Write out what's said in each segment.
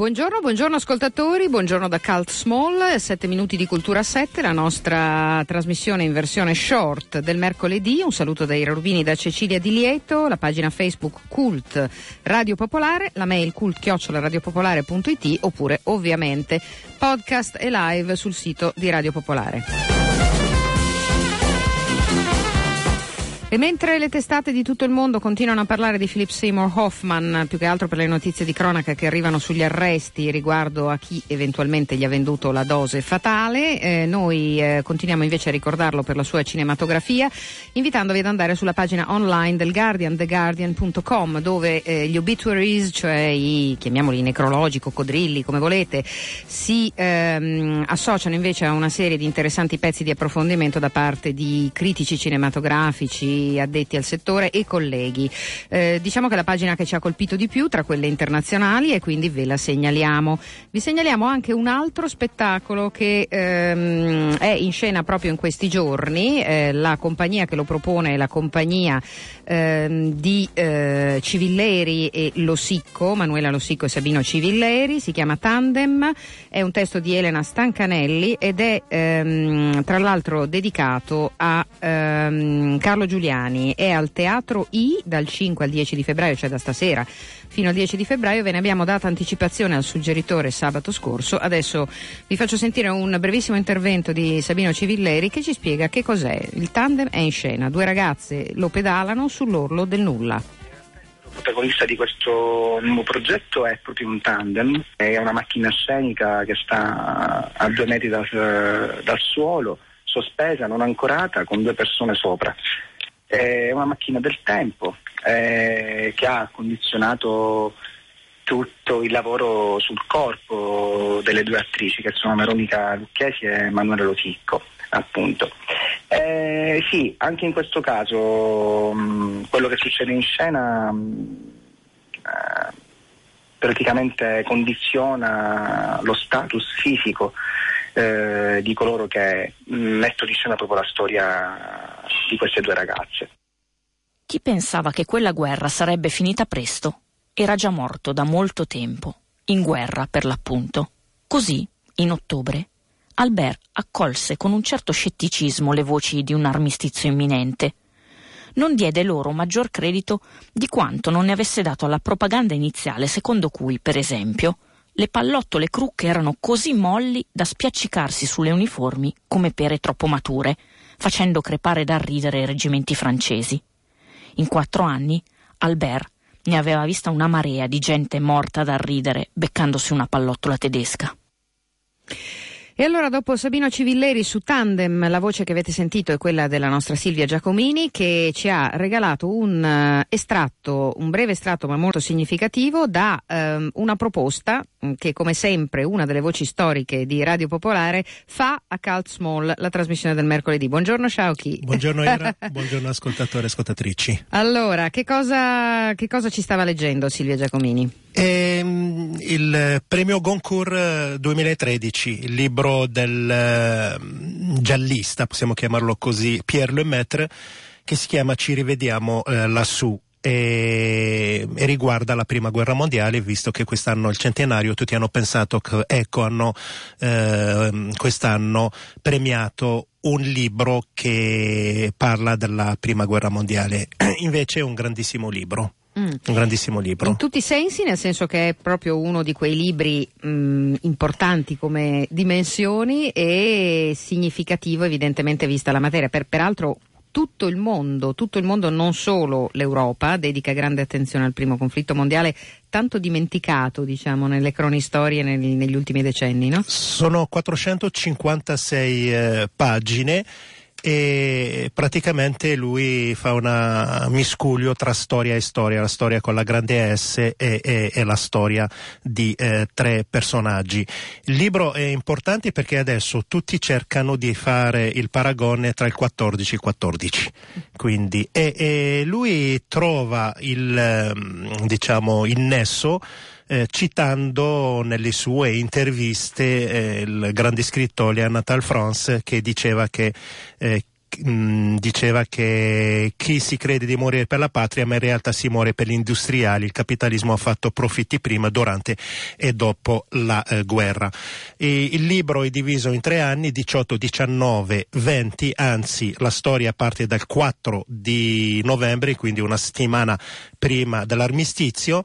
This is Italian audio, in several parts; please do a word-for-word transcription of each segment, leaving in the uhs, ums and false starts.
Buongiorno, buongiorno ascoltatori, buongiorno da Cult Small, sette minuti di Cultura sette, la nostra trasmissione in versione short del mercoledì. Un saluto dai Rubini da Cecilia Di Lieto, la pagina Facebook Cult Radio Popolare, la mail cult chiocciola radiopopolare punto it oppure ovviamente podcast e live sul sito di Radio Popolare. E mentre le testate di tutto il mondo continuano a parlare di Philip Seymour Hoffman, più che altro per le notizie di cronaca che arrivano sugli arresti riguardo a chi eventualmente gli ha venduto la dose fatale, eh, noi eh, continuiamo invece a ricordarlo per la sua cinematografia, invitandovi ad andare sulla pagina online del Guardian, the guardian punto com, dove eh, gli obituaries, cioè i, chiamiamoli necrologi, coccodrilli, come volete, si ehm, associano invece a una serie di interessanti pezzi di approfondimento da parte di critici cinematografici, addetti al settore e colleghi. Eh, diciamo che è la pagina che ci ha colpito di più tra quelle internazionali e quindi ve la segnaliamo. Vi segnaliamo anche un altro spettacolo che ehm, è in scena proprio in questi giorni. Eh, la compagnia che lo propone è la compagnia ehm, di eh, Civilleri e Losicco, Manuela Losicco e Sabino Civilleri, si chiama Tandem, è un testo di Elena Stancanelli ed è ehm, tra l'altro dedicato a ehm, Carlo Giuliani. È al Teatro I dal cinque al dieci di febbraio, cioè da stasera fino al dieci di febbraio. Ve ne abbiamo data anticipazione al suggeritore sabato scorso. Adesso vi faccio sentire un brevissimo intervento di Sabino Civilleri che ci spiega che cos'è. Il Tandem è in scena, due ragazze lo pedalano sull'orlo del nulla. Il protagonista di questo nuovo progetto è proprio un tandem, è una macchina scenica che sta a due metri dal, dal suolo, sospesa, non ancorata, con due persone sopra. È una macchina del tempo eh, che ha condizionato tutto il lavoro sul corpo delle due attrici, che sono Veronica Lucchesi e Manuela Losicco, appunto. Eh, sì, anche in questo caso mh, quello che succede in scena mh, eh, praticamente condiziona lo status fisico eh, di coloro che mh, mettono in scena proprio la storia di queste due ragazze. Chi pensava che quella guerra sarebbe finita presto era già morto da molto tempo, in guerra per l'appunto. Così, in ottobre, Albert accolse con un certo scetticismo le voci di un armistizio imminente. Non diede loro maggior credito di quanto non ne avesse dato alla propaganda iniziale, secondo cui, per esempio, le pallottole Krupp erano così molli da spiaccicarsi sulle uniformi come pere troppo mature, facendo crepare dal ridere i reggimenti francesi. In quattro anni, Albert ne aveva vista una marea di gente morta dal ridere beccandosi una pallottola tedesca. E allora, dopo Sabino Civilleri su Tandem, la voce che avete sentito è quella della nostra Silvia Giacomini, che ci ha regalato un uh, estratto, un breve estratto ma molto significativo da um, una proposta che, come sempre, una delle voci storiche di Radio Popolare fa a Cult Small, la trasmissione del mercoledì. Buongiorno Sciauchi. Buongiorno Ira, buongiorno ascoltatori e ascoltatrici. Allora, che cosa, che cosa ci stava leggendo Silvia Giacomini? Ehm, il premio Goncourt duemilatredici, il libro del uh, giallista, possiamo chiamarlo così, Pierre Lemaitre, che si chiama Ci rivediamo uh, lassù. E, e riguarda la prima guerra mondiale, visto che quest'anno è il centenario. Tutti hanno pensato che ecco hanno eh, quest'anno premiato un libro che parla della prima guerra mondiale. Invece è un grandissimo libro. Mm. Un grandissimo libro. In tutti i sensi, nel senso che è proprio uno di quei libri mh, importanti come dimensioni e significativo evidentemente vista la materia. Per, peraltro tutto il mondo, tutto il mondo, non solo l'Europa, dedica grande attenzione al primo conflitto mondiale, tanto dimenticato, diciamo, nelle cronistorie negli, negli ultimi decenni, no? Sono quattrocentocinquantasei eh, pagine e praticamente lui fa una miscuglio tra storia e storia, la storia con la grande S e, e, e la storia di eh, tre personaggi. Il libro è importante perché adesso tutti cercano di fare il paragone tra il quattordici e il quattordici, quindi e, e lui trova il diciamo il nesso Eh, citando nelle sue interviste eh, il grande scritto Léon Natal France, che diceva che eh, mh, diceva che chi si crede di morire per la patria, ma in realtà si muore per gli industriali. Il capitalismo ha fatto profitti prima, durante e dopo la eh, guerra. E il libro è diviso in tre anni, diciotto, diciannove, venti, anzi la storia parte dal quattro di novembre, quindi una settimana prima dell'armistizio,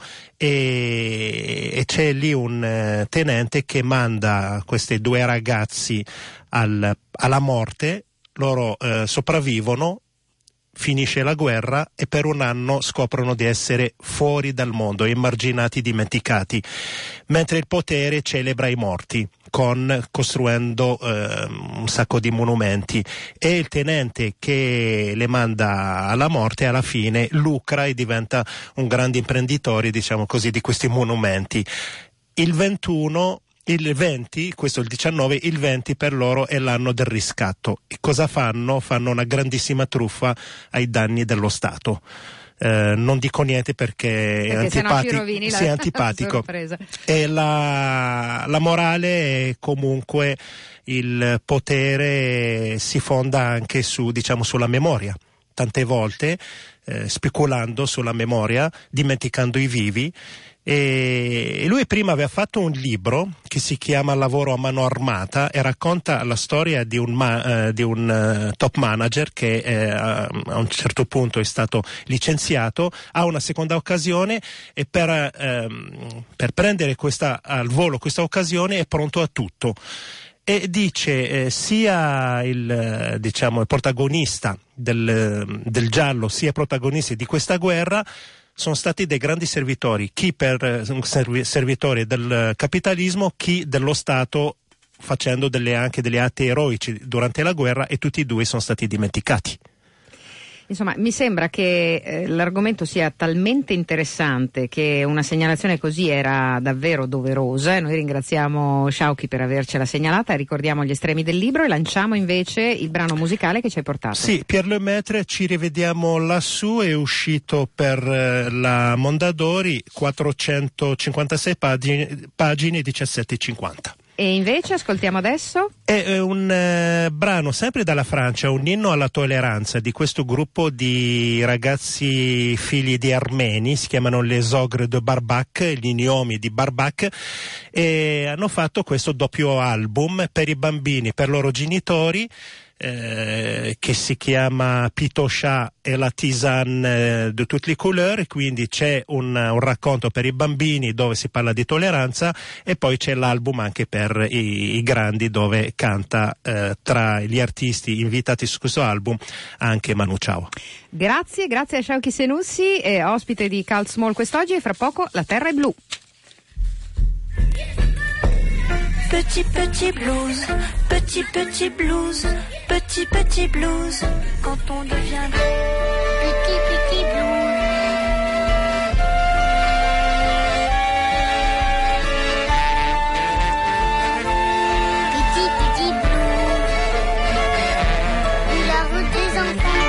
e, e c'è lì un eh, tenente che manda questi due ragazzi al, alla morte. Loro eh, sopravvivono, finisce la guerra e per un anno scoprono di essere fuori dal mondo, emarginati, dimenticati, mentre il potere celebra i morti con, costruendo eh, un sacco di monumenti, e il tenente che le manda alla morte alla fine lucra e diventa un grande imprenditore, diciamo così, di questi monumenti. Il ventuno Il venti, questo è il diciannove, il venti per loro è l'anno del riscatto. E cosa fanno? Fanno una grandissima truffa ai danni dello Stato. Eh, non dico niente perché, perché è, antipati- sì, è antipatico. E la, la morale è comunque il potere si fonda anche su, diciamo, sulla memoria. Tante volte eh, speculando sulla memoria, dimenticando i vivi. E lui prima aveva fatto un libro che si chiama Lavoro a mano armata e racconta la storia di un, ma, eh, di un uh, top manager che eh, a un certo punto è stato licenziato, ha una seconda occasione e per, ehm, per prendere questa, al volo questa occasione è pronto a tutto. E dice eh, sia il, eh, diciamo, il protagonista del, del giallo sia protagonisti di questa guerra sono stati dei grandi servitori, chi per servi, servitori del capitalismo, chi dello Stato, facendo delle, anche degli atti eroici durante la guerra, e tutti e due sono stati dimenticati. Insomma, mi sembra che eh, l'argomento sia talmente interessante che una segnalazione così era davvero doverosa. Noi ringraziamo Sciauchi per avercela segnalata, ricordiamo gli estremi del libro e lanciamo invece il brano musicale che ci hai portato. Sì, Pierre Lemaitre, Ci rivediamo lassù, è uscito per eh, la Mondadori, quattrocentocinquantasei pagine, pagine diciassette e cinquanta. E invece ascoltiamo adesso? È un eh, brano sempre dalla Francia, un inno alla tolleranza di questo gruppo di ragazzi figli di armeni, si chiamano Les Ogres de Barbac, gli gnomi di Barbac, e hanno fatto questo doppio album per i bambini, per i loro genitori, Eh, che si chiama Pitocha e la tisane de toutes les couleurs, quindi c'è un, un racconto per i bambini dove si parla di tolleranza, e poi c'è l'album anche per i, i grandi dove canta eh, tra gli artisti invitati su questo album anche Manu Chao. Grazie, grazie a Sciauchi Senussi, eh, ospite di Cult Small quest'oggi, e fra poco La Terra è blu. Petit petit blues, petit petit blues, petit petit blues, quand on devient petit petit blues. Petit petit blues, de la route des enfants.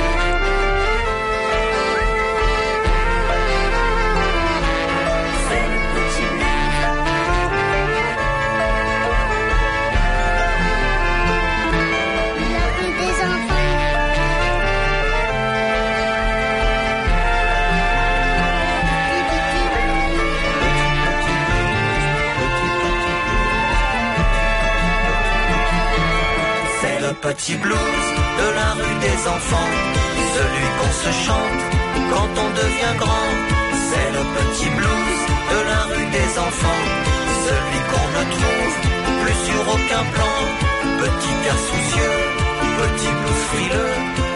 C'est le petit blues. Petit blues de la rue des enfants, celui qu'on se chante quand on devient grand. C'est le petit blues de la rue des enfants, celui qu'on ne trouve plus sur aucun plan. Petit cœur soucieux, petit blues frileux,